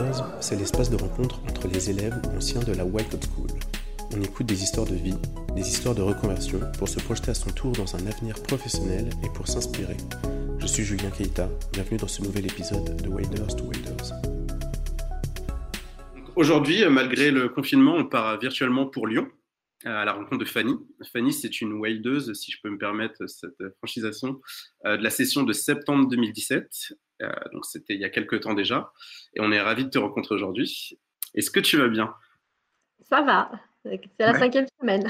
Wilders, c'est l'espace de rencontre entre les élèves ou anciens de la White School. On écoute des histoires de vie, des histoires de reconversion pour se projeter à son tour dans un avenir professionnel et pour s'inspirer. Je suis Julien Keita, bienvenue dans ce nouvel épisode de Wilders to Wilders. Aujourd'hui, malgré le confinement, on part virtuellement pour Lyon, à la rencontre de Fanny. Fanny, c'est une wildeuse, si je peux me permettre cette franchisation, de la session de septembre 2017. Donc c'était il y a quelques temps déjà. Et on est ravis de te rencontrer aujourd'hui. Est-ce que tu vas bien? Ça va, c'est la 5e semaine.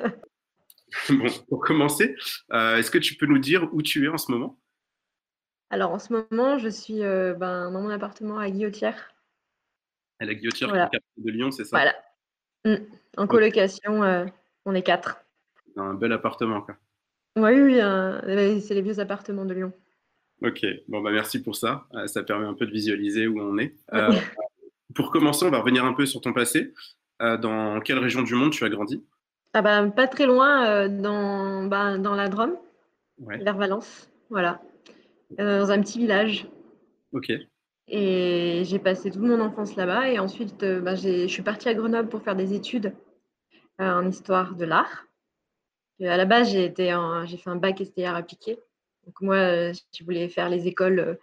Bon, pour commencer, est-ce que tu peux nous dire où tu es en ce moment? Alors en ce moment, je suis dans mon appartement à Guillotière. À la Guillotière, Voilà. de Lyon, c'est ça? Voilà. En colocation, on est 4. Un bel appartement, quoi. Oui, c'est les vieux appartements de Lyon. Ok, bon, merci pour ça. Ça permet un peu de visualiser où on est. Pour commencer, on va revenir un peu sur ton passé. Dans quelle région du monde tu as grandi? Pas très loin, dans la Drôme, vers Valence. Voilà. Dans un petit village. Ok. Et j'ai passé toute mon enfance là-bas. Et ensuite, je suis partie à Grenoble pour faire des études en histoire de l'art. À la base, j'ai fait un bac STR appliqué. Donc moi, je voulais faire les écoles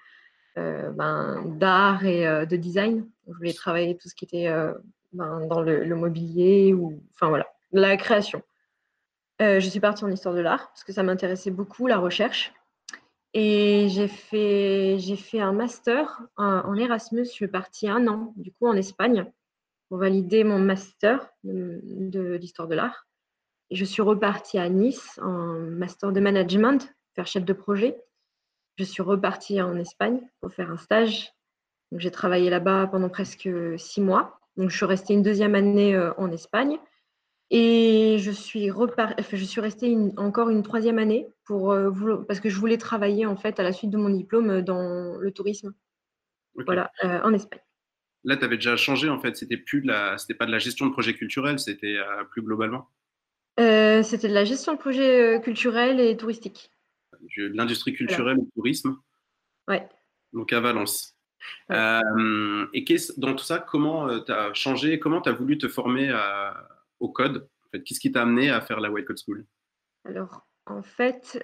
d'art et de design. Je voulais travailler tout ce qui était dans le mobilier ou, enfin voilà, la création. Je suis partie en histoire de l'art parce que ça m'intéressait beaucoup, la recherche. Et j'ai fait un master en Erasmus. Je suis partie 1 an, du coup, en Espagne pour valider mon master d'histoire de l'art. Et je suis repartie à Nice en master de management, faire chef de projet. Je suis repartie en Espagne pour faire un stage. Donc, j'ai travaillé là-bas pendant presque 6 mois. Donc, je suis restée une 2e année en Espagne. Et je suis restée encore une 3e année parce que je voulais travailler en fait à la suite de mon diplôme dans le tourisme. Okay. Voilà, en Espagne. Là, tu avais déjà changé en fait. C'était pas de la gestion de projet culturel, c'était plus globalement. C'était de la gestion de projet culturel et touristique. De l'industrie culturelle et tourisme. Ouais. Donc à Valence. Ouais. Et dans tout ça, comment tu as changé, comment tu as voulu te former au code en fait, qu'est-ce qui t'a amené à faire la White Code School? Alors, en fait,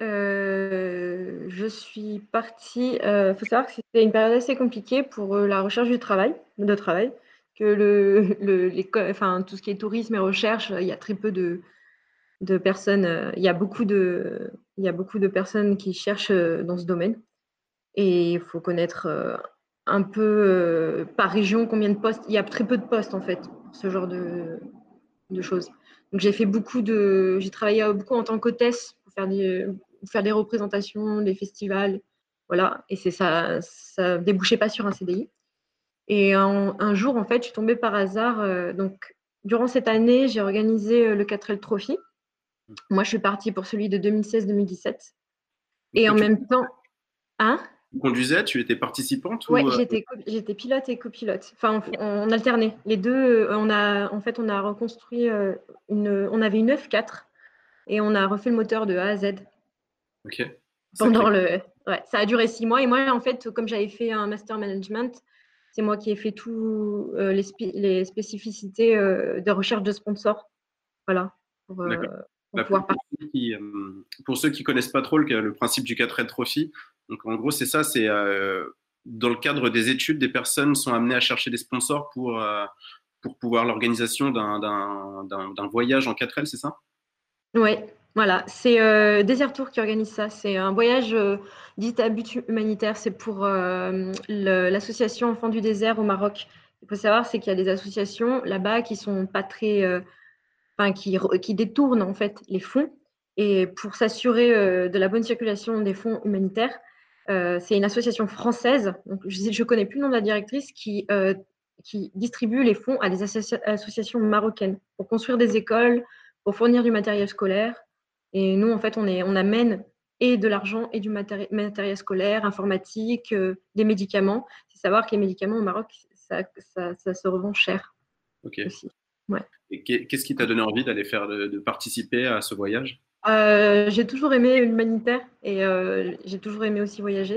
je suis partie. Faut savoir que c'était une période assez compliquée pour la recherche de travail. Que tout ce qui est tourisme et recherche, il y a très peu de personnes. Il y a beaucoup de personnes qui cherchent dans ce domaine. Et il faut connaître un peu par région combien de postes. Il y a très peu de postes en fait pour ce genre de choses. Donc j'ai travaillé beaucoup en tant qu'hôtesse pour faire des représentations, des festivals, voilà. Et ça débouchait pas sur un CDI. Et un jour, en fait, je suis tombée par hasard. Donc durant cette année, j'ai organisé le 4L Trophy. Moi, je suis partie pour celui de 2016-2017. Et en même temps, tu conduisais, tu étais participante Oui, ou j'étais pilote et copilote. Enfin, on alternait. Les deux, on a reconstruit on avait une F4 et on a refait le moteur de A à Z. Ok. Ça a duré 6 mois. Et moi, en fait, comme j'avais fait un master management, c'est moi qui ai fait tout les spécificités de recherche de sponsors. Voilà. Pour pouvoir participer. Pour ceux qui connaissent pas trop le principe du 4L Trophy, donc en gros, c'est ça, c'est dans le cadre des études, des personnes sont amenées à chercher des sponsors pour pouvoir l'organisation d'un voyage en 4L, c'est ça? Oui, voilà. C'est Desertour qui organise ça. C'est un voyage dit à but humanitaire. C'est pour l'association Enfants du désert au Maroc. Il faut savoir, c'est qu'il y a des associations là-bas qui sont pas très, qui détournent en fait les fonds. Et pour s'assurer de la bonne circulation des fonds humanitaires, c'est une association française. Donc, je connais plus le nom de la directrice qui distribue les fonds à des associations marocaines pour construire des écoles, pour fournir du matériel scolaire. Et nous, en fait, on amène et de l'argent et du matériel scolaire, informatique, des médicaments. Il faut savoir que les médicaments au Maroc, ça se revend cher. Ok. Aussi. Ouais. Et qu'est-ce qui t'a donné envie d'aller de participer à ce voyage? J'ai toujours aimé l'humanitaire et j'ai toujours aimé aussi voyager.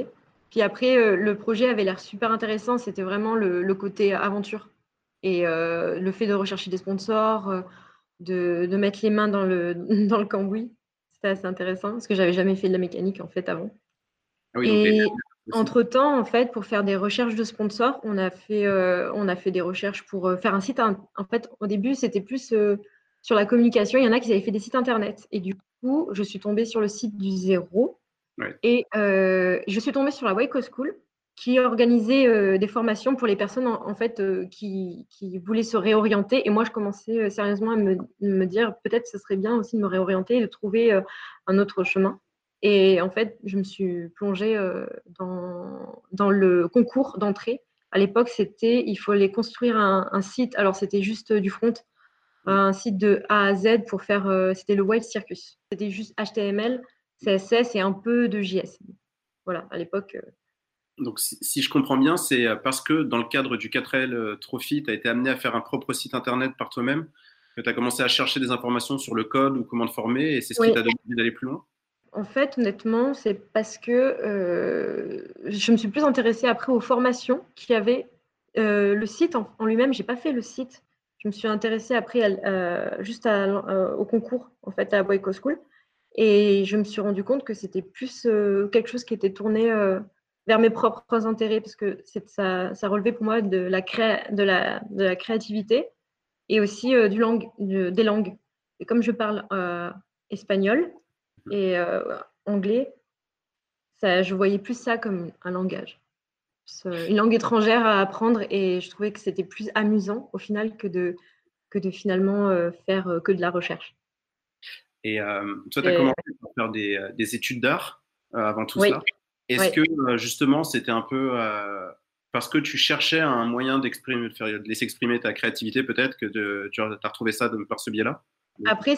Puis après, le projet avait l'air super intéressant. C'était vraiment le côté aventure et le fait de rechercher des sponsors, de mettre les mains dans le, dans le cambouis. C'était assez intéressant parce que j'avais jamais fait de la mécanique en fait avant. Ah oui, donc les Et aussi. entre-temps, en fait, pour faire des recherches de sponsors, on a fait des recherches pour faire un site. En fait, au début, c'était plus sur la communication. Il y en a qui avaient fait des sites internet. Et du coup, je suis tombée sur le site du Zéro. Ouais. Et je suis tombée sur la Waco School qui organisait des formations pour les personnes en fait qui voulaient se réorienter. Et moi, je commençais sérieusement à me dire peut-être ce serait bien aussi de me réorienter et de trouver un autre chemin. Et en fait, je me suis plongée dans le concours d'entrée. À l'époque, il fallait construire un site. Alors, c'était juste du front, un site de A à Z pour faire. C'était le Wild Circus. C'était juste HTML, CSS et un peu de JS. Voilà, à l'époque. Donc, si je comprends bien, c'est parce que dans le cadre du 4L Trophy, tu as été amené à faire un propre site internet par toi-même, que tu as commencé à chercher des informations sur le code ou comment te former, et c'est ce qui Oui, t'a donné envie d'aller plus loin? en fait, honnêtement, c'est parce que je me suis plus intéressée après aux formations qu'il y avait. Le site en lui-même, j'ai pas fait le site. Je me suis intéressée après juste au concours, en fait, à Boyko School. Et je me suis rendu compte que c'était plus quelque chose qui était tourné vers mes propres intérêts, parce que ça relevait pour moi de la créativité et aussi des langues. Et comme je parle espagnol et anglais, je voyais plus ça comme un langage, une langue étrangère à apprendre, et je trouvais que c'était plus amusant au final que de finalement faire que de la recherche. Et toi, tu as Et, commencé par faire des études d'art avant tout oui, cela. Est-ce oui. que justement, c'était un peu parce que tu cherchais un moyen de laisser exprimer ta créativité, peut-être que tu as retrouvé ça par ce biais-là? Après,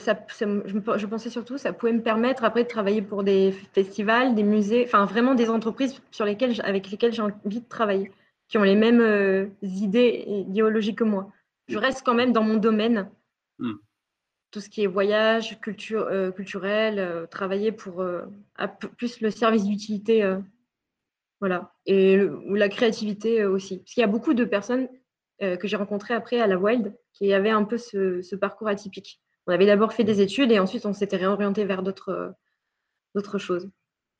je pensais surtout ça pouvait me permettre après de travailler pour des festivals, des musées, enfin vraiment des entreprises avec lesquelles j'ai envie de travailler, qui ont les mêmes idées idéologiques que moi. Je reste quand même dans mon domaine, Hmm. tout ce qui est voyage, culturel, travailler pour plus le service d'utilité, voilà, ou la créativité aussi. Parce qu'il y a beaucoup de personnes que j'ai rencontrées après à la Wild qui avaient un peu ce parcours atypique. On avait d'abord fait des études et ensuite on s'était réorienté vers d'autres choses.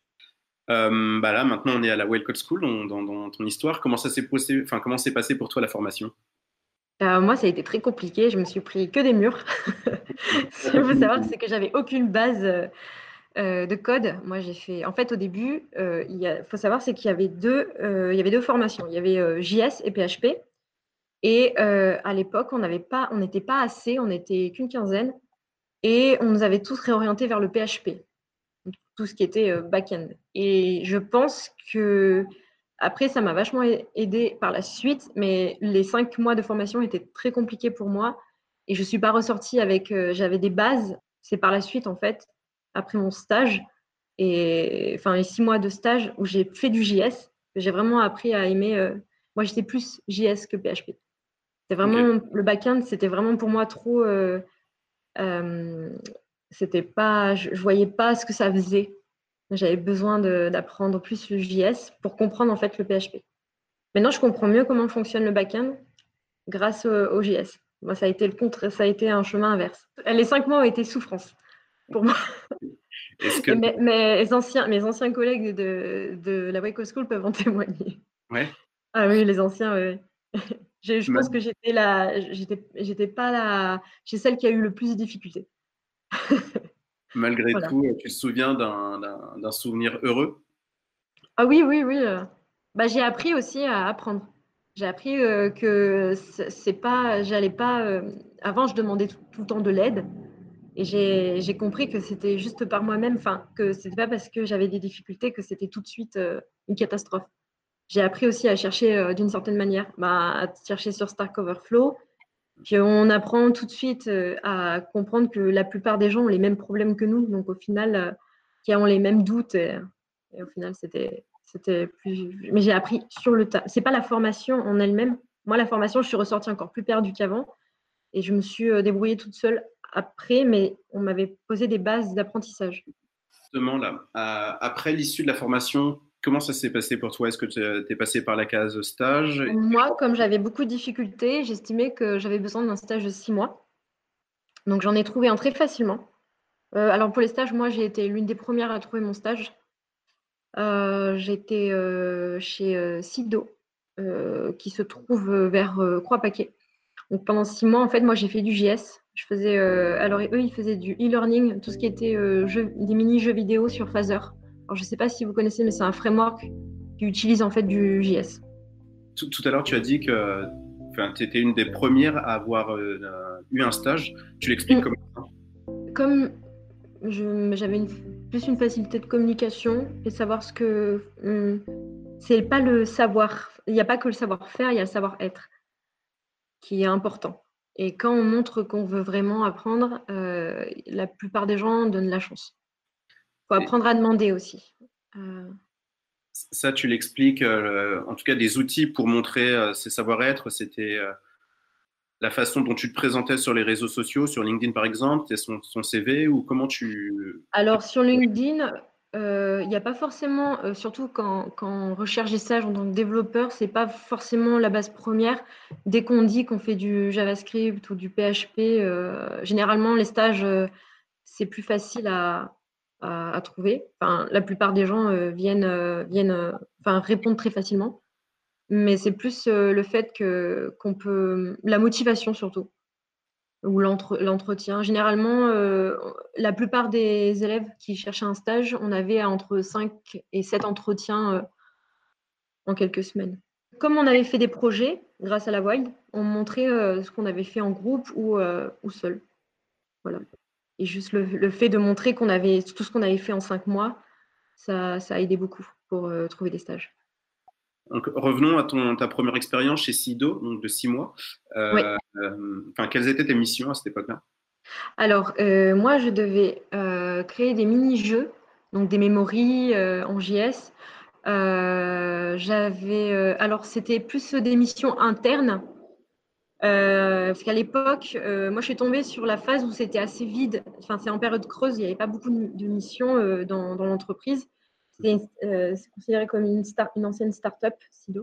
Bah là, maintenant, on est à la Wellcott School dans ton histoire. Comment ça s'est passé, enfin, comment s'est passé pour toi la formation? Moi, ça a été très compliqué. Je me suis pris que des murs. Ce qu'il faut savoir, c'est que j'avais aucune base de code. Moi, j'ai fait. En fait, au début, faut savoir, c'est qu'il y avait deux formations. Il y avait JS et PHP. Et à l'époque, on n'était pas assez, on n'était qu'une quinzaine. Et on nous avait tous réorientés vers le PHP, tout ce qui était back-end. Et je pense que après, ça m'a vachement aidé par la suite, mais les 5 mois de formation étaient très compliqués pour moi. Et je ne suis pas ressortie avec. J'avais des bases. C'est par la suite, en fait, après mon stage, et enfin les 6 mois de stage où j'ai fait du JS, que j'ai vraiment appris à aimer. Moi, j'étais plus JS que PHP. C'est Ok. vraiment le back-end, c'était vraiment pour moi trop. Euh, C'était pas, je voyais pas ce que ça faisait. J'avais besoin d'apprendre plus le JS pour comprendre en fait le PHP. Maintenant, je comprends mieux comment fonctionne le back-end grâce au JS. Moi, ça a été le contre, ça a été un chemin inverse. Les 5 mois ont été souffrance pour moi. Est-ce que Et mes anciens collègues de la Waco School peuvent en témoigner. ouais, Ah oui, les anciens, ouais. Je pense mal- que j'étais pas j'ai celle qui a eu le plus de difficultés. malgré Voilà. tout, tu te souviens d'un souvenir heureux? Ah oui, oui, oui. Bah, j'ai appris aussi à apprendre. J'ai appris que c'est pas, j'allais pas. Avant, je demandais tout le temps de l'aide, et j'ai compris que c'était juste par moi-même. Enfin, que c'était pas parce que j'avais des difficultés que c'était tout de suite une catastrophe. J'ai appris aussi à chercher d'une certaine manière, bah, à chercher sur Stack Overflow. Puis on apprend tout de suite à comprendre que la plupart des gens ont les mêmes problèmes que nous, donc au final, qui ont les mêmes doutes. Et au final, c'était plus. Mais j'ai appris sur le tas. C'est pas la formation en elle-même. Moi, la formation, je suis ressortie encore plus perdue qu'avant, et je me suis débrouillée toute seule après, mais on m'avait posé des bases d'apprentissage. Justement, là, après l'issue de la formation, Comment ça s'est passé pour toi? Est-ce que tu es passé par la case stage? Moi, comme j'avais beaucoup de difficultés, j'estimais que j'avais besoin d'un stage de 6 mois. Donc, j'en ai trouvé un très facilement. Alors, pour les stages, moi, j'ai été l'une des premières à trouver mon stage. J'étais chez Sido, qui se trouve vers Croix-Paquet. Donc, pendant 6 mois, en fait, moi, j'ai fait du JS. Je faisais, alors, eux, ils faisaient du e-learning, tout ce qui était des mini-jeux vidéo sur Phaser. Alors, je ne sais pas si vous connaissez, mais c'est un framework qui utilise en fait du JS. Tout à l'heure, tu as dit que tu étais une des premières à avoir eu un stage. Tu l'expliques comment ça? Comme j'avais plus une facilité de communication et savoir ce que. C'est pas le savoir. Il n'y a pas que le savoir-faire, il y a le savoir-être qui est important. Et quand on montre qu'on veut vraiment apprendre, la plupart des gens donnent la chance. Il faut apprendre à demander aussi. Ça, tu l'expliques, en tout cas des outils pour montrer ses savoir-être, c'était la façon dont tu te présentais sur les réseaux sociaux, sur LinkedIn par exemple, son CV, ou comment tu... Alors sur LinkedIn, il n'y a pas forcément, surtout quand on recherche des stages en tant que développeur, c'est pas forcément la base première. Dès qu'on dit qu'on fait du JavaScript ou du PHP, généralement les stages, c'est plus facile à trouver. Enfin, la plupart des gens répondent très facilement. Mais c'est plus le fait qu'on peut, la motivation surtout, ou l'entretien. Généralement, la plupart des élèves qui cherchaient un stage, on avait entre 5 et 7 entretiens en quelques semaines. Comme on avait fait des projets grâce à la Wild, on montrait ce qu'on avait fait en groupe ou seul. Voilà. Et juste le fait de montrer qu'on avait tout ce qu'on avait fait en 5 mois, ça a aidé beaucoup pour trouver des stages. Donc, revenons à ta première expérience chez Sido, donc de 6 mois. Oui. Quelles étaient tes missions à cette époque-là? Alors, moi, je devais créer des mini-jeux, donc des memories en JS. Alors, c'était plus des missions internes, parce qu'à l'époque, moi, je suis tombée sur la phase où c'était assez vide. Enfin, c'est en période creuse, il n'y avait pas beaucoup de missions dans l'entreprise. C'est considéré comme une ancienne start-up, Sido.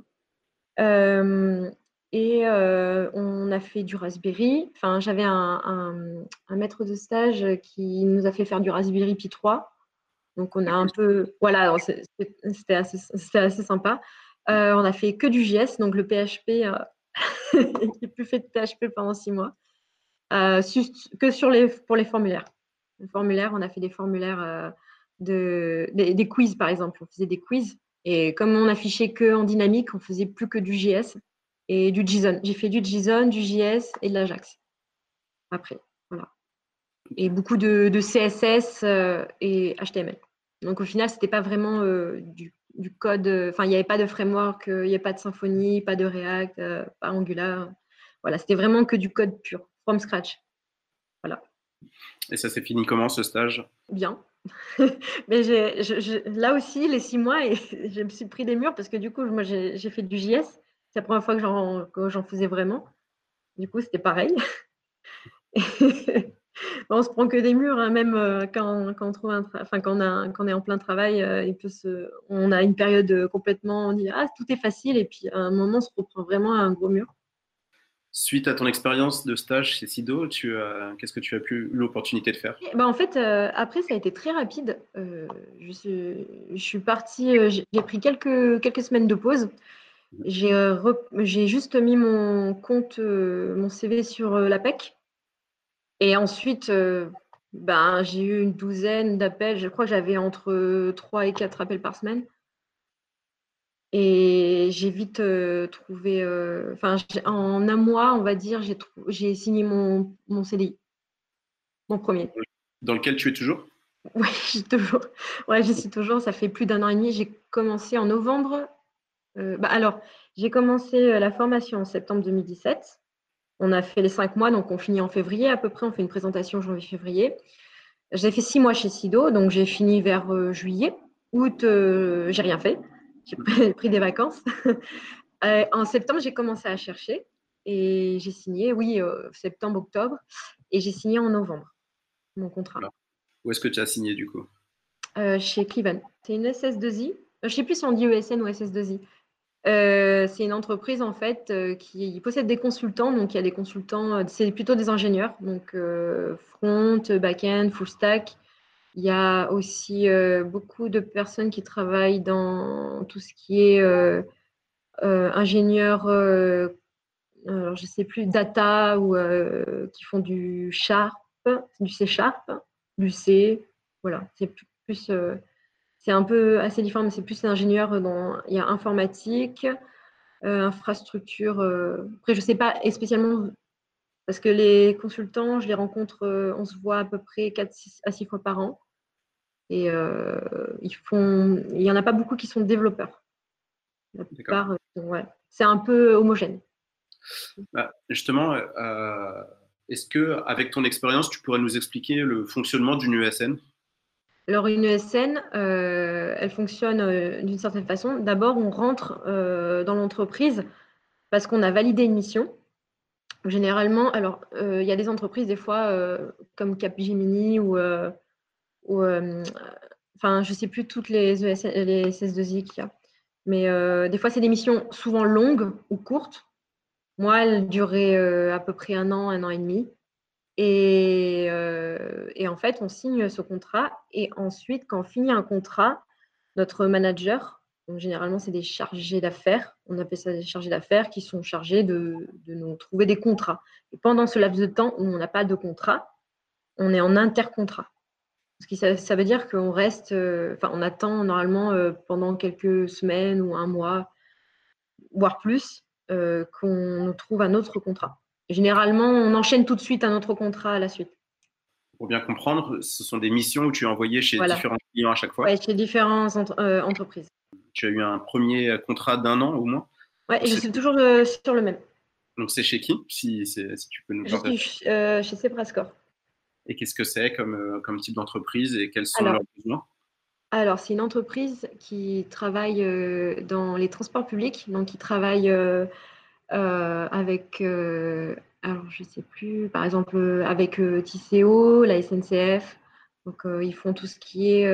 On a fait du Raspberry. Enfin, j'avais un maître de stage qui nous a fait faire du Raspberry Pi 3. Donc, on a un peu. Voilà, c'était assez sympa. On a fait que du JS, donc le PHP. J'ai plus fait de PHP pendant 6 mois. Que pour les formulaires. Les formulaires, on a fait des formulaires des quiz, par exemple. On faisait des quiz. Et comme on affichait que en dynamique, on faisait plus que du JS et du JSON. J'ai fait du JSON, du JS et de l'Ajax. Après, voilà. Et beaucoup de CSS et HTML. Donc au final, c'était pas vraiment du code. Enfin, il n'y avait pas de framework, il n'y avait pas de Symfony, pas de React, pas Angular. Voilà, c'était vraiment que du code pur, from scratch. Voilà. Et ça s'est fini comment ce stage? Bien. Mais là aussi, les 6 mois, et je me suis pris des murs parce que du coup, moi, j'ai fait du JS. C'est la première fois que j'en faisais vraiment. Du coup, c'était pareil. On se prend que des murs, hein, même quand on trouve quand on est en plein travail, on a une période complètement, on dit ah tout est facile et puis à un moment on se reprend vraiment à un gros mur. Suite à ton expérience de stage chez Sido, qu'est-ce que tu as eu l'opportunité de faire? En fait, après ça a été très rapide. Je suis partie, j'ai pris quelques semaines de pause. J'ai juste mis mon compte, mon CV sur l'APEC. Et ensuite, j'ai eu une douzaine d'appels. Je crois que j'avais entre 3 et 4 appels par semaine. Et j'ai vite trouvé. En un mois, on va dire, j'ai signé mon CDI, mon premier. Dans lequel tu es toujours? Oui, j'y suis toujours. Ça fait plus d'un an et demi. J'ai commencé en novembre. Alors, j'ai commencé la formation en septembre 2017. On a fait les 5 mois, donc on finit en février à peu près. On fait une présentation janvier-février. J'ai fait 6 mois chez Sido, donc j'ai fini vers juillet. Août, j'ai rien fait. J'ai pris des vacances. En septembre, j'ai commencé à chercher et j'ai signé, oui, septembre, octobre, et j'ai signé en novembre mon contrat. Alors, où est-ce que tu as signé du coup? Chez Cliven. C'est une SS2I. Je ne sais plus si on dit ESN ou SS2I. C'est une entreprise en fait qui possède des consultants. Donc il y a des consultants, c'est plutôt des ingénieurs, donc front, back-end, full stack. Il y a aussi beaucoup de personnes qui travaillent dans tout ce qui est ingénieur, alors je ne sais plus, data ou qui font du Sharp, du C Sharp, du C. Voilà, c'est plus c'est un peu assez différent, mais c'est plus ingénieur dans. Il y a informatique, infrastructure. Après, je ne sais pas spécialement, parce que les consultants, je les rencontre, on se voit à peu près 4 à 6 fois par an. Et il n'y en a pas beaucoup qui sont développeurs. La plupart, ouais. C'est un peu homogène. Bah, justement, est-ce que, avec ton expérience, tu pourrais nous expliquer le fonctionnement d'une ESN? Alors, une ESN, elle fonctionne d'une certaine façon. D'abord, on rentre dans l'entreprise parce qu'on a validé une mission. Généralement, alors, il y a des entreprises, des fois, comme Capgemini enfin, je ne sais plus toutes les ESN, les SS2I qu'il y a. Mais des fois, c'est des missions souvent longues ou courtes. Moi, elle durait à peu près 1 an et demi. Et en fait, on signe ce contrat. Et ensuite, quand on finit un contrat, notre manager, donc généralement, c'est des chargés d'affaires, on appelle ça des chargés d'affaires, qui sont chargés de nous trouver des contrats. Et pendant ce laps de temps où on n'a pas de contrat, on est en intercontrat. Ça veut dire qu'on reste, on attend normalement pendant quelques semaines ou un mois, voire plus, qu'on nous trouve un autre contrat. Généralement, on enchaîne tout de suite un autre contrat à la suite. Pour bien comprendre, ce sont des missions où tu es envoyé chez différents clients à chaque fois? Oui, chez différentes entreprises. Tu as eu un premier contrat d'1 an au moins? Oui, je suis toujours sur le même. Donc c'est chez qui, si tu peux nous partager? Je suis chez Seprascore. Et qu'est-ce que c'est comme type d'entreprise et quels sont leurs besoins? Alors, c'est une entreprise qui travaille dans les transports publics, donc qui travaille avec, alors je ne sais plus, par exemple avec Tisséo, la SNCF. Donc, ils font tout ce qui est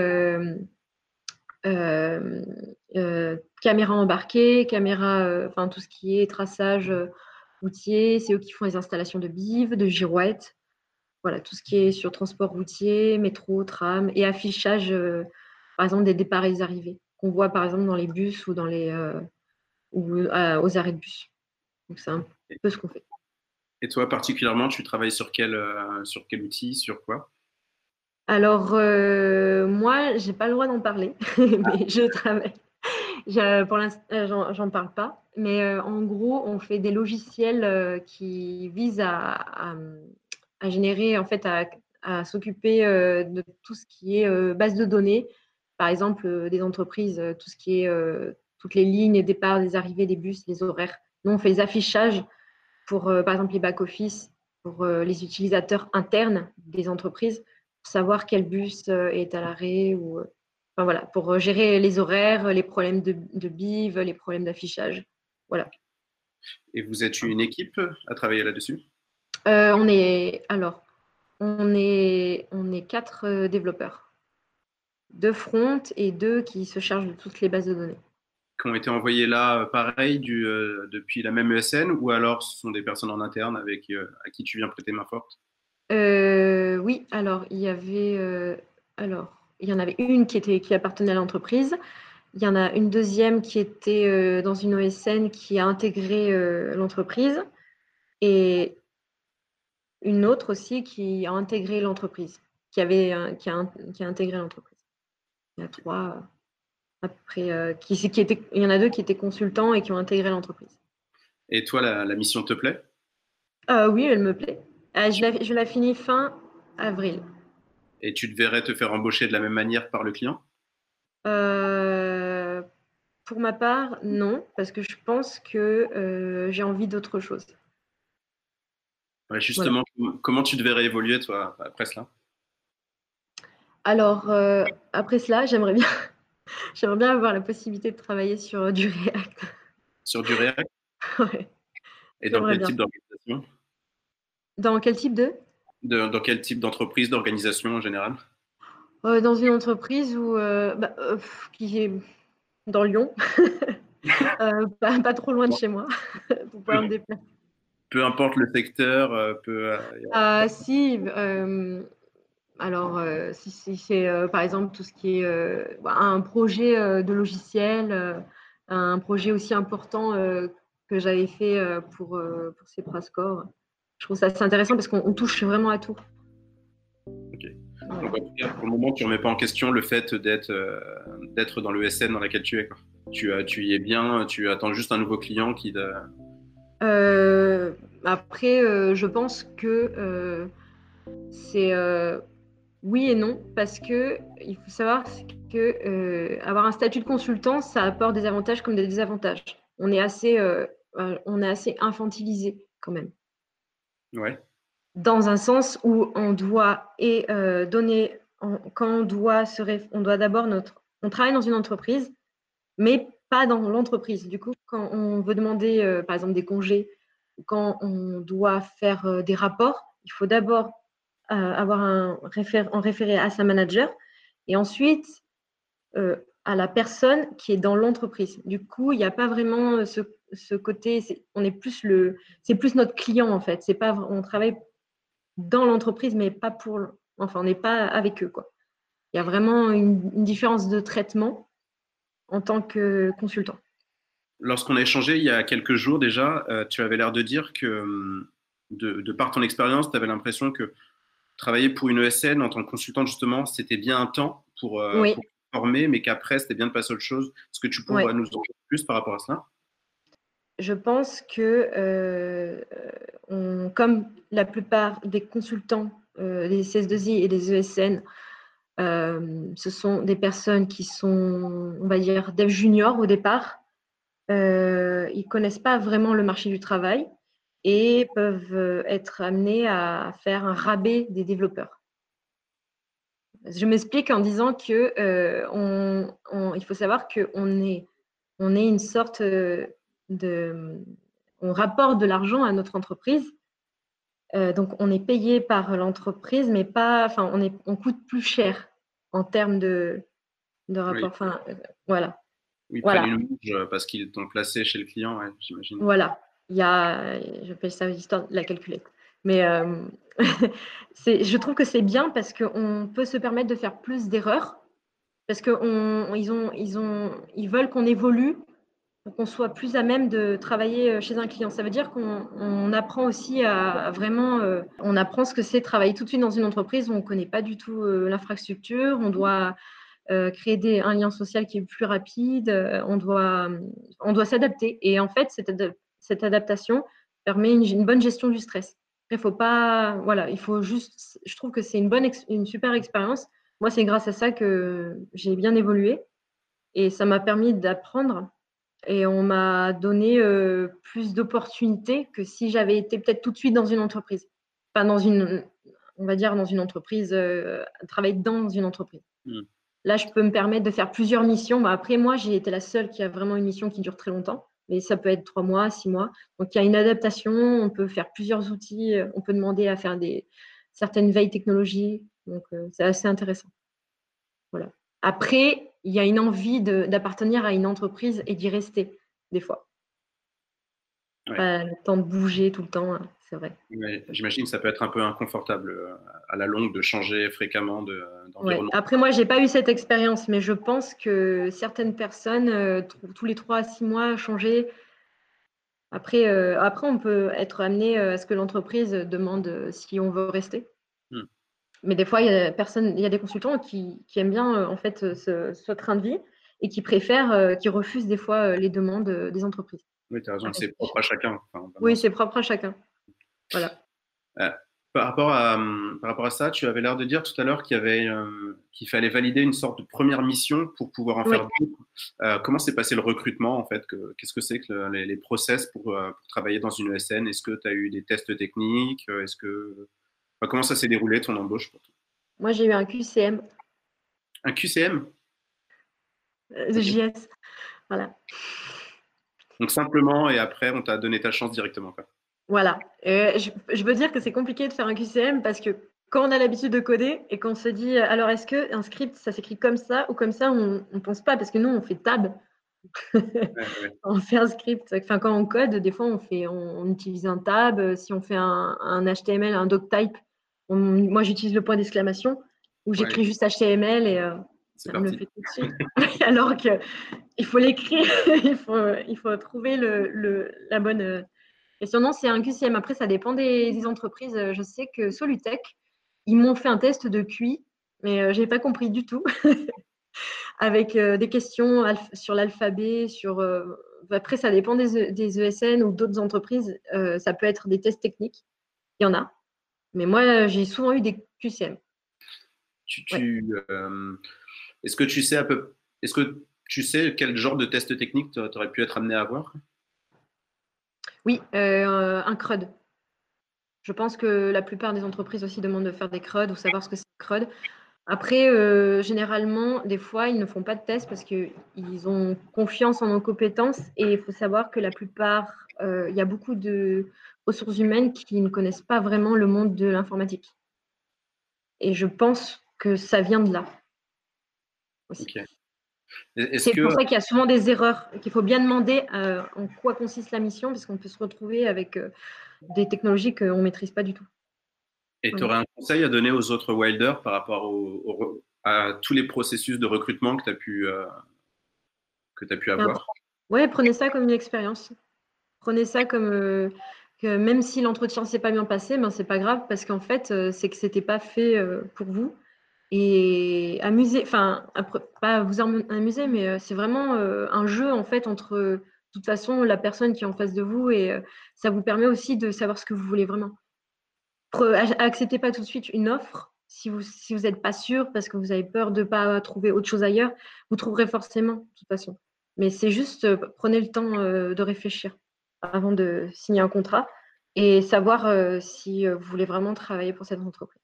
caméra embarquée, enfin tout ce qui est traçage routier. C'est eux qui font les installations de bives, de girouettes. Voilà, tout ce qui est sur transport routier, métro, tram et affichage, par exemple, des départs et des arrivées, qu'on voit par exemple dans les bus ou aux arrêts de bus. Donc, c'est un peu ce qu'on fait. Et toi, particulièrement, tu travailles sur quel outil, sur quoi? Alors, moi, je n'ai pas le droit d'en parler, mais je travaille. Pour l'instant, j'en parle pas. Mais en gros, on fait des logiciels qui visent à générer, en fait, à s'occuper de tout ce qui est base de données. Par exemple, des entreprises, tout ce qui est toutes les lignes, les départs, les arrivées, des bus, les horaires. Nous, on fait les affichages pour, par exemple, les back-office, pour les utilisateurs internes des entreprises, pour savoir quel bus est à l'arrêt ou enfin, voilà, pour gérer les horaires, les problèmes de biv, les problèmes d'affichage. Voilà. Et vous êtes une équipe à travailler là-dessus? On est 4 développeurs. 2 front et 2 qui se chargent de toutes les bases de données. Qui ont été envoyés là, pareil, depuis la même ESN, ou alors ce sont des personnes en interne à qui tu viens prêter main forte? Oui, alors il y en avait une qui appartenait à l'entreprise. Il y en a une deuxième qui était dans une ESN qui a intégré l'entreprise et une autre aussi qui a intégré l'entreprise, qui a intégré l'entreprise. Il y a 3 à peu près. Il y en a 2 qui étaient consultants et qui ont intégré l'entreprise. Et toi, la mission te plaît? Oui, elle me plaît. Je la finis fin avril. Et tu te verrais te faire embaucher de la même manière par le client? Pour ma part, non, parce que je pense que j'ai envie d'autre chose. Ouais, justement, voilà. Comment tu te verrais évoluer, toi, après cela? Alors, après cela, j'aimerais bien avoir la possibilité de travailler sur du React. Sur du React? Ouais. Et dans quel type d'organisation? Dans quel type dans quel type d'entreprise, d'organisation en général? Dans une entreprise où dans Lyon, pas trop loin de chez moi, pour pouvoir me déplacer. Peu importe le secteur, Si, alors, si c'est, par exemple, tout ce qui est un projet de logiciel, un projet aussi important que j'avais fait pour Seprascore, je trouve ça assez intéressant parce qu'on touche vraiment à tout. Ok. Donc, en tout cas, pour le moment, tu ne remets pas en question le fait d'être dans le SN dans laquelle tu es, quoi. Tu y es bien, tu attends juste un nouveau client qui. Après, je pense que c'est oui et non, parce que il faut savoir que avoir un statut de consultant, ça apporte des avantages comme des désavantages. On est assez infantilisé quand même. Ouais. Dans un sens où on doit donner, quand on doit d'abord on travaille dans une entreprise, mais pas dans l'entreprise. Du coup, quand on veut demander, par exemple, des congés, quand on doit faire des rapports, il faut d'abord avoir en référé à sa manager et ensuite à la personne qui est dans l'entreprise. Du coup, il n'y a pas vraiment ce côté, c'est plus notre client en fait. C'est pas, on travaille dans l'entreprise, mais pas on n'est pas avec eux, quoi. Il y a vraiment une différence de traitement en tant que consultant. Lorsqu'on a échangé il y a quelques jours déjà, tu avais l'air de dire que, de par ton expérience, tu avais l'impression que travailler pour une ESN en tant que consultante, justement, c'était bien un temps Oui. pour former, mais qu'après, c'était bien de passer à autre chose. Est-ce que tu pourrais nous en dire plus par rapport à ça? Je pense que, comme la plupart des consultants, des CS2I et des ESN, ce sont des personnes qui sont, on va dire, dev junior au départ. Ils ne connaissent pas vraiment le marché du travail et peuvent être amenés à faire un rabais des développeurs. Je m'explique en disant que il faut savoir qu'on est une sorte on rapporte de l'argent à notre entreprise. Donc, on est payé par l'entreprise, mais pas, enfin, on coûte plus cher en termes de rapport. Oui. Enfin, voilà. Ils prennent une marge parce qu'ils t'ont placé chez le client, ouais, j'imagine. Voilà. J'appelle ça l'histoire de la calculette. Mais je trouve que c'est bien parce qu'on peut se permettre de faire plus d'erreurs parce qu'ils veulent qu'on évolue pour qu'on soit plus à même de travailler chez un client. Ça veut dire qu'on apprend aussi à vraiment, on apprend ce que c'est travailler tout de suite dans une entreprise où on ne connaît pas du tout l'infrastructure, on doit créer un lien social qui est plus rapide, on doit s'adapter. Et en fait, cette adaptation permet une bonne gestion du stress. Il faut pas, voilà, il faut juste, je trouve que c'est une super expérience. Moi, c'est grâce à ça que j'ai bien évolué et ça m'a permis d'apprendre et on m'a donné plus d'opportunités que si j'avais été peut-être tout de suite dans une entreprise. Pas on va dire dans une entreprise, travailler dans une entreprise. Là, je peux me permettre de faire plusieurs missions. Après, moi, j'ai été la seule qui a vraiment une mission qui dure très longtemps, mais ça peut être 3 mois, 6 mois. Donc, il y a une adaptation. On peut faire plusieurs outils. On peut demander à faire certaines veilles technologies. Donc, c'est assez intéressant. Voilà. Après, il y a une envie d'appartenir à une entreprise et d'y rester, des fois. Ouais. Pas le temps de bouger tout le temps, hein, c'est vrai. Ouais, j'imagine que ça peut être un peu inconfortable à la longue de changer fréquemment d'environnement. Ouais. Après, moi, je n'ai pas eu cette expérience, mais je pense que certaines personnes, tous les 3 à 6 mois, changer. Après, on peut être amené à ce que l'entreprise demande si on veut rester. Mais des fois, il y a des consultants qui aiment bien en fait ce train de vie et qui préfèrent, qui refusent des fois les demandes des entreprises. Oui, tu as raison, c'est propre à chacun. Enfin, oui, c'est propre à chacun. Voilà. Par rapport à ça, tu avais l'air de dire tout à l'heure qu'il fallait valider une sorte de première mission pour pouvoir en faire d'autres. Comment s'est passé le recrutement en fait? Qu'est-ce que c'est que les process pour travailler dans une ESN? Est-ce que tu as eu des tests techniques? Comment ça s'est déroulé ton embauche pour toi? Moi, j'ai eu un QCM. Un QCM? De JS. Voilà. Donc simplement, et après, on t'a donné ta chance directement, quoi. Voilà. Je veux dire que c'est compliqué de faire un QCM parce que quand on a l'habitude de coder et qu'on se dit alors est-ce qu'un script ça s'écrit comme ça ou comme ça, on ne pense pas parce que nous on fait tab. Ouais. On fait un script, enfin, quand on code, des fois, on utilise un tab. Si on fait un HTML, un doctype, moi, j'utilise le point d'exclamation où Ouais, j'écris juste HTML et c'est ça me le parti. fait tout de suite. Alors qu'il faut l'écrire, il faut trouver la bonne question. Non, c'est un QCM. Après, ça dépend des entreprises. Je sais que Solutech, ils m'ont fait un test de QI, mais je n'ai pas compris du tout. Avec des questions sur l'alphabet, après, ça dépend des ESN ou d'autres entreprises. Ça peut être des tests techniques. Il y en a. Mais moi, j'ai souvent eu des QCM. Tu, Ouais. tu, est-ce que tu sais est-ce que tu sais quel genre de test technique tu aurais pu être amené à avoir? Oui, un CRUD. Je pense que la plupart des entreprises aussi demandent de faire des CRUD ou savoir ce que c'est un CRUD. Après, généralement, des fois, ils ne font pas de tests parce qu'ils ont confiance en nos compétences et il faut savoir que la plupart, il y a beaucoup de ressources humaines qui ne connaissent pas vraiment le monde de l'informatique. Et je pense que ça vient de là aussi. Ok. Est-ce C'est que pour ça qu'il y a souvent des erreurs, qu'il faut bien demander en quoi consiste la mission parce qu'on peut se retrouver avec des technologies qu'on ne maîtrise pas du tout. et tu Voilà. aurais un conseil à donner aux autres wilders par rapport à tous les processus de recrutement que tu as pu avoir? Ouais, prenez ça comme une expérience. Prenez ça comme que même si l'entretien s'est pas bien passé, ben c'est pas grave parce qu'en fait, c'est que c'était pas fait pour vous. Et amuser, enfin, pas vous amuser, mais c'est vraiment un jeu en fait entre, de toute façon, la personne qui est en face de vous et ça vous permet aussi de savoir ce que vous voulez vraiment. Acceptez pas tout de suite une offre si vous n'êtes pas sûr parce que vous avez peur de pas trouver autre chose ailleurs. Vous trouverez forcément de toute façon. Mais c'est juste prenez le temps de réfléchir avant de signer un contrat et savoir si vous voulez vraiment travailler pour cette entreprise.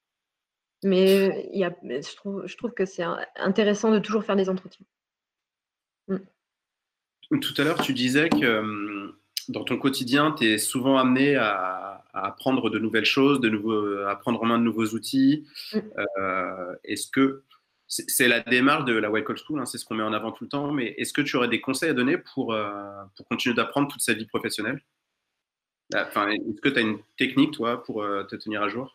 Mais je trouve que c'est intéressant de toujours faire des entretiens. Mm. Tout à l'heure, tu disais que dans ton quotidien, tu es souvent amené à apprendre de nouvelles choses, à apprendre en main de nouveaux outils. Mm. Est-ce que c'est la démarche de la Wild Code School, hein, c'est ce qu'on met en avant tout le temps, mais est-ce que tu aurais des conseils à donner pour continuer d'apprendre toute sa vie professionnelle? Enfin, est-ce que tu as une technique, toi, pour te tenir à jour?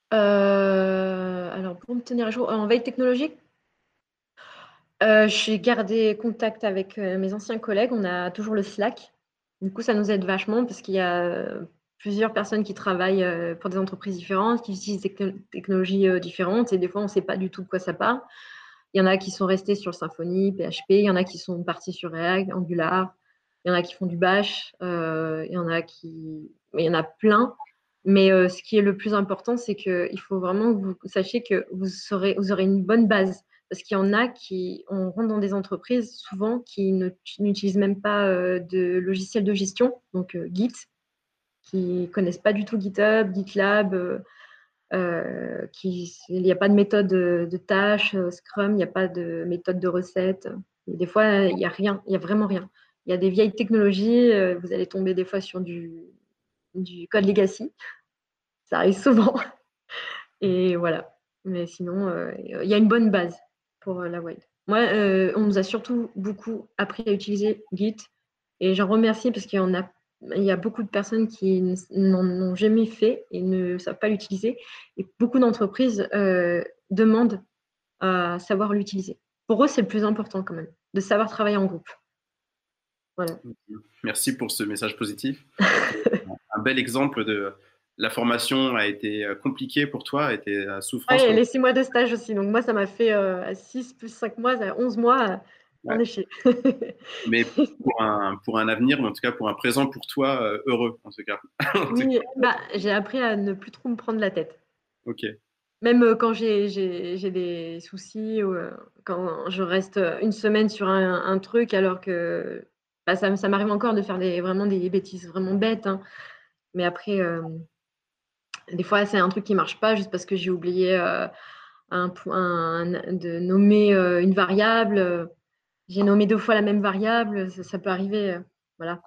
Alors, pour me tenir à jour, en veille technologique, j'ai gardé contact avec mes anciens collègues. On a toujours le Slack. Du coup, ça nous aide vachement parce qu'il y a plusieurs personnes qui travaillent pour des entreprises différentes, qui utilisent des technologies différentes et des fois, on ne sait pas du tout de quoi ça parle. Il y en a qui sont restés sur Symfony, PHP, il y en a qui sont partis sur React, Angular, il y en a qui font du Bash, il y en a il y en a plein. Mais ce qui est le plus important, c'est qu'il faut vraiment que vous sachiez que vous aurez une bonne base. Parce qu'il y en a on rentre dans des entreprises souvent qui n'utilisent même pas de logiciel de gestion, donc Git, qui connaissent pas du tout GitHub, GitLab, il n'y a pas de méthode de tâches, Scrum, il n'y a pas de méthode de recette. Des fois, il n'y a rien, il n'y a vraiment rien. Il y a des vieilles technologies, vous allez tomber des fois sur du code legacy, ça arrive souvent. Et voilà. Mais sinon, il y a une bonne base pour la Wild. Moi, on nous a surtout beaucoup appris à utiliser Git et j'en remercie parce il y a beaucoup de personnes qui n'en ont jamais fait et ne savent pas l'utiliser. Et beaucoup d'entreprises demandent à savoir l'utiliser. Pour eux, c'est le plus important quand même, de savoir travailler en groupe. Voilà. Merci pour ce message positif. Un bel exemple de la formation a été compliquée pour toi, a été souffrance. Ouais, les 6 mois de stage aussi. Donc moi, ça m'a fait 6 plus 5 mois, 11 mois en Ouais. échec. Mais pour un avenir, ou en tout cas pour un présent pour toi, heureux, en tout cas. Oui, bah, j'ai appris à ne plus trop me prendre la tête. Ok. Même quand j'ai des soucis ou quand je reste une semaine sur un truc alors que bah, ça m'arrive encore de faire vraiment des bêtises vraiment bêtes, hein. Mais après, des fois, c'est un truc qui marche pas juste parce que j'ai oublié de nommer une variable. J'ai nommé 2 fois la même variable, ça peut arriver. Voilà.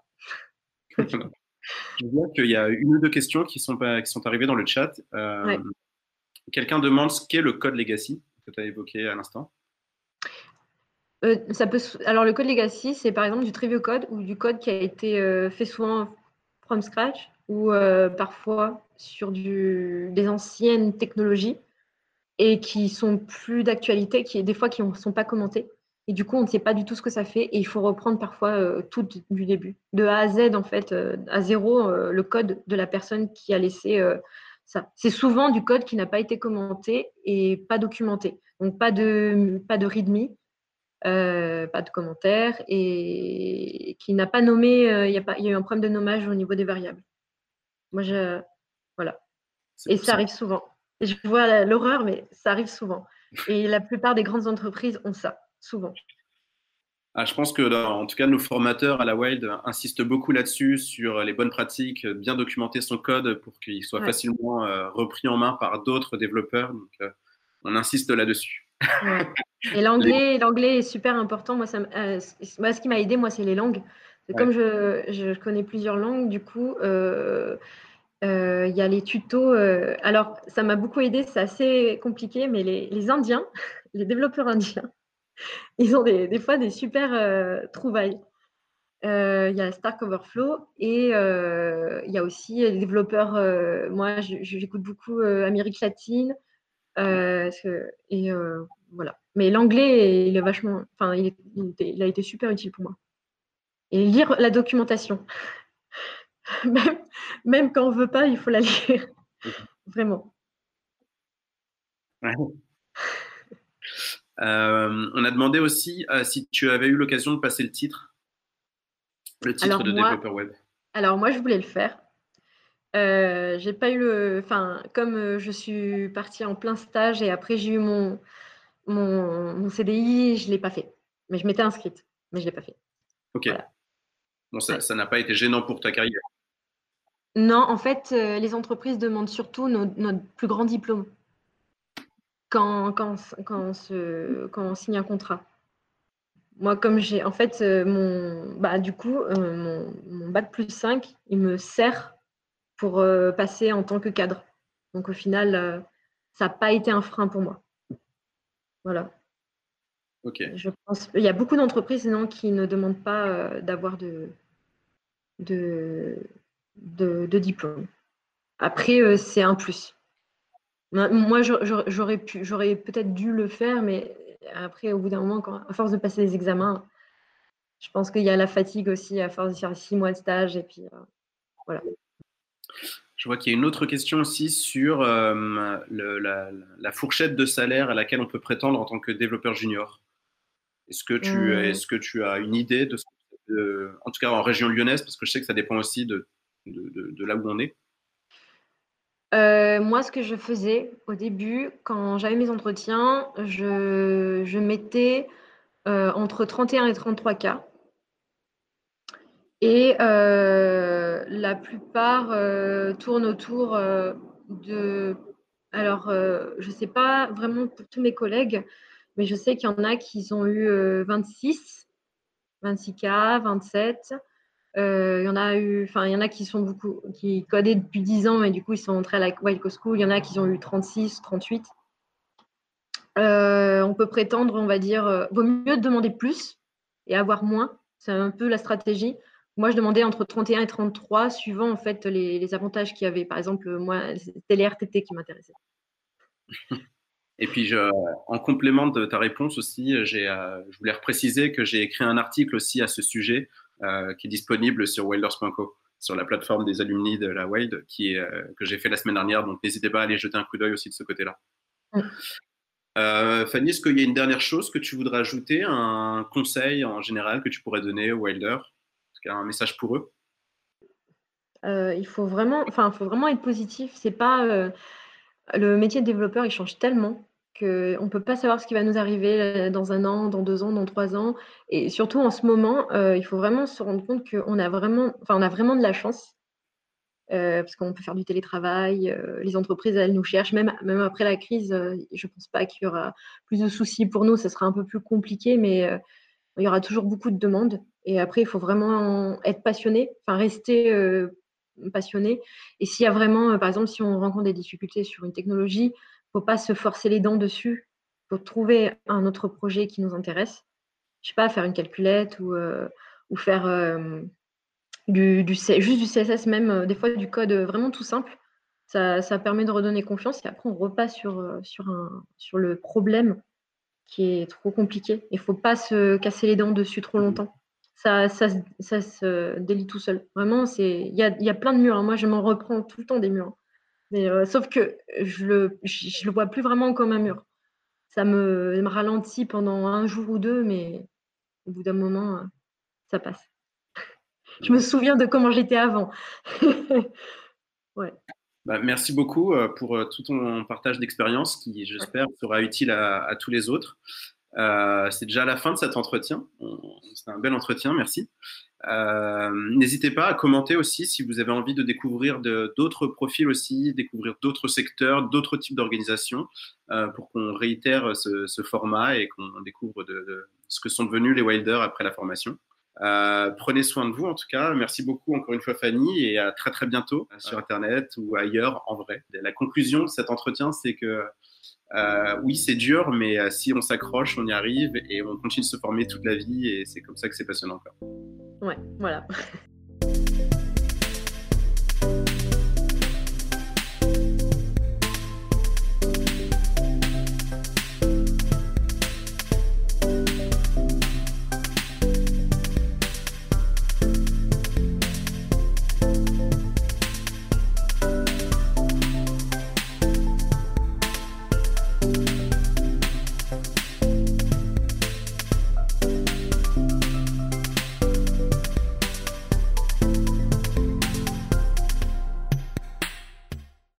Je vois qu'il y a une ou deux questions qui sont arrivées dans le chat. Ouais. Quelqu'un demande ce qu'est le code legacy que tu as évoqué à l'instant. Alors, le code legacy, c'est par exemple du trivial code ou du code qui a été fait souvent from scratch ou parfois sur des anciennes technologies et qui sont plus d'actualité, des fois qui ne sont pas commentées. Et du coup, on ne sait pas du tout ce que ça fait et il faut reprendre parfois tout du début, de A à Z en fait, à zéro, le code de la personne qui a laissé ça. C'est souvent du code qui n'a pas été commenté et pas documenté. Donc pas de README, pas de commentaires et qui n'a pas nommé. Il y a eu un problème de nommage au niveau des variables. Voilà. Et ça arrive souvent. Et je vois l'horreur, mais ça arrive souvent. Et la plupart des grandes entreprises ont ça, souvent. Je pense que, en tout cas, nos formateurs à la Wild insistent beaucoup là-dessus, sur les bonnes pratiques, bien documenter son code pour qu'il soit facilement repris en main par d'autres développeurs. Donc, on insiste là-dessus. Ouais. Et l'anglais est super important. Moi, ce qui m'a aidé, moi, c'est les langues. Comme je connais plusieurs langues, du coup, il y a les tutos. Alors, ça m'a beaucoup aidé. C'est assez compliqué, mais les Indiens, les développeurs indiens, ils ont des fois des super trouvailles. Il y a Stack Overflow et il y a aussi les développeurs. Moi, j'écoute beaucoup Amérique latine. Et voilà. Mais l'anglais, il est vachement. Enfin, il a été super utile pour moi. Et lire la documentation. Même quand on ne veut pas, il faut la lire. Vraiment. Ouais. On a demandé aussi si tu avais eu l'occasion de passer le titre de développeur web. Alors moi, je voulais le faire. J'ai pas eu comme je suis partie en plein stage et après j'ai eu mon CDI, je l'ai pas fait. Mais je m'étais inscrite, mais je l'ai pas fait. Ok. Voilà. Bon, ça n'a pas été gênant pour ta carrière. Non, en fait, les entreprises demandent surtout notre plus grand diplôme quand on signe un contrat. Moi, comme j'ai, en fait, mon bac plus 5, il me sert pour passer en tant que cadre. Donc, au final, ça n'a pas été un frein pour moi. Voilà. Ok. Je pense, il y a beaucoup d'entreprises qui ne demandent pas d'avoir de diplôme. Après, c'est un plus. Moi, j'aurais peut-être dû le faire, mais après, au bout d'un moment, à force de passer les examens, je pense qu'il y a la fatigue aussi, à force de faire 6 mois de stage, et puis voilà. Je vois qu'il y a une autre question aussi sur la fourchette de salaire à laquelle on peut prétendre en tant que développeur junior. Est-ce que tu as une idée en tout cas en région lyonnaise, parce que je sais que ça dépend aussi de là où on est. Moi, ce que je faisais au début, quand j'avais mes entretiens, je mettais entre 31 et 33 k. Et la plupart tournent autour de... Alors, je ne sais pas vraiment pour tous mes collègues, mais je sais qu'il y en a qui ont eu 26 k, 27. Il y en a qui codaient depuis 10 ans et du coup, ils sont entrés à la Wild Coast School. Il y en a qui ont eu 36, 38. On peut prétendre, on va dire, vaut mieux demander plus et avoir moins. C'est un peu la stratégie. Moi, je demandais entre 31 et 33, suivant en fait les avantages qu'il y avait. Par exemple, moi, c'était les RTT qui m'intéressaient. Et puis, en complément de ta réponse aussi, je voulais préciser que j'ai écrit un article aussi à ce sujet qui est disponible sur wilders.co, sur la plateforme des alumni de la Wild, que j'ai fait la semaine dernière. Donc, n'hésitez pas à aller jeter un coup d'œil aussi de ce côté-là. Fanny, est-ce qu'il y a une dernière chose que tu voudrais ajouter, un conseil en général que tu pourrais donner aux Wilders, un message pour eux? Il faut vraiment être positif. C'est pas le métier de développeur, il change tellement qu'on ne peut pas savoir ce qui va nous arriver dans 1 an, dans 2 ans, dans 3 ans. Et surtout en ce moment, il faut vraiment se rendre compte qu'on a vraiment de la chance. Parce qu'on peut faire du télétravail, les entreprises, elles nous cherchent, même après la crise, je ne pense pas qu'il y aura plus de soucis pour nous, ce sera un peu plus compliqué, mais il y aura toujours beaucoup de demandes. Et après, il faut vraiment être passionné, rester passionné. Et s'il y a vraiment, par exemple, si on rencontre des difficultés sur une technologie, il ne faut pas se forcer les dents dessus, il faut trouver un autre projet qui nous intéresse. je sais pas, faire une calculette ou faire juste du CSS, même des fois du code vraiment tout simple. Ça permet de redonner confiance et après on repasse sur le problème qui est trop compliqué. Il ne faut pas se casser les dents dessus trop longtemps. Ça se délie tout seul. Vraiment, il y a plein de murs. Moi, je m'en reprends tout le temps des murs. Mais, sauf que je le vois plus vraiment comme un mur. Ça me ralentit pendant un jour ou deux, mais au bout d'un moment, ça passe. Je me souviens de comment j'étais avant. Ouais. Merci beaucoup pour tout ton partage d'expérience qui, j'espère, sera utile à tous les autres. C'est déjà la fin de cet entretien. C'était un bel entretien, merci. N'hésitez pas à commenter aussi si vous avez envie de découvrir d'autres profils aussi, découvrir d'autres secteurs, d'autres types d'organisations pour qu'on réitère ce format et qu'on découvre de ce que sont devenus les Wilders après la formation. Prenez soin de vous en tout cas. Merci beaucoup encore une fois Fanny et à très très bientôt sur Internet ou ailleurs en vrai. La conclusion de cet entretien, c'est que oui, c'est dur, mais si on s'accroche, on y arrive et on continue de se former toute la vie et c'est comme ça que c'est passionnant. Ouais, voilà.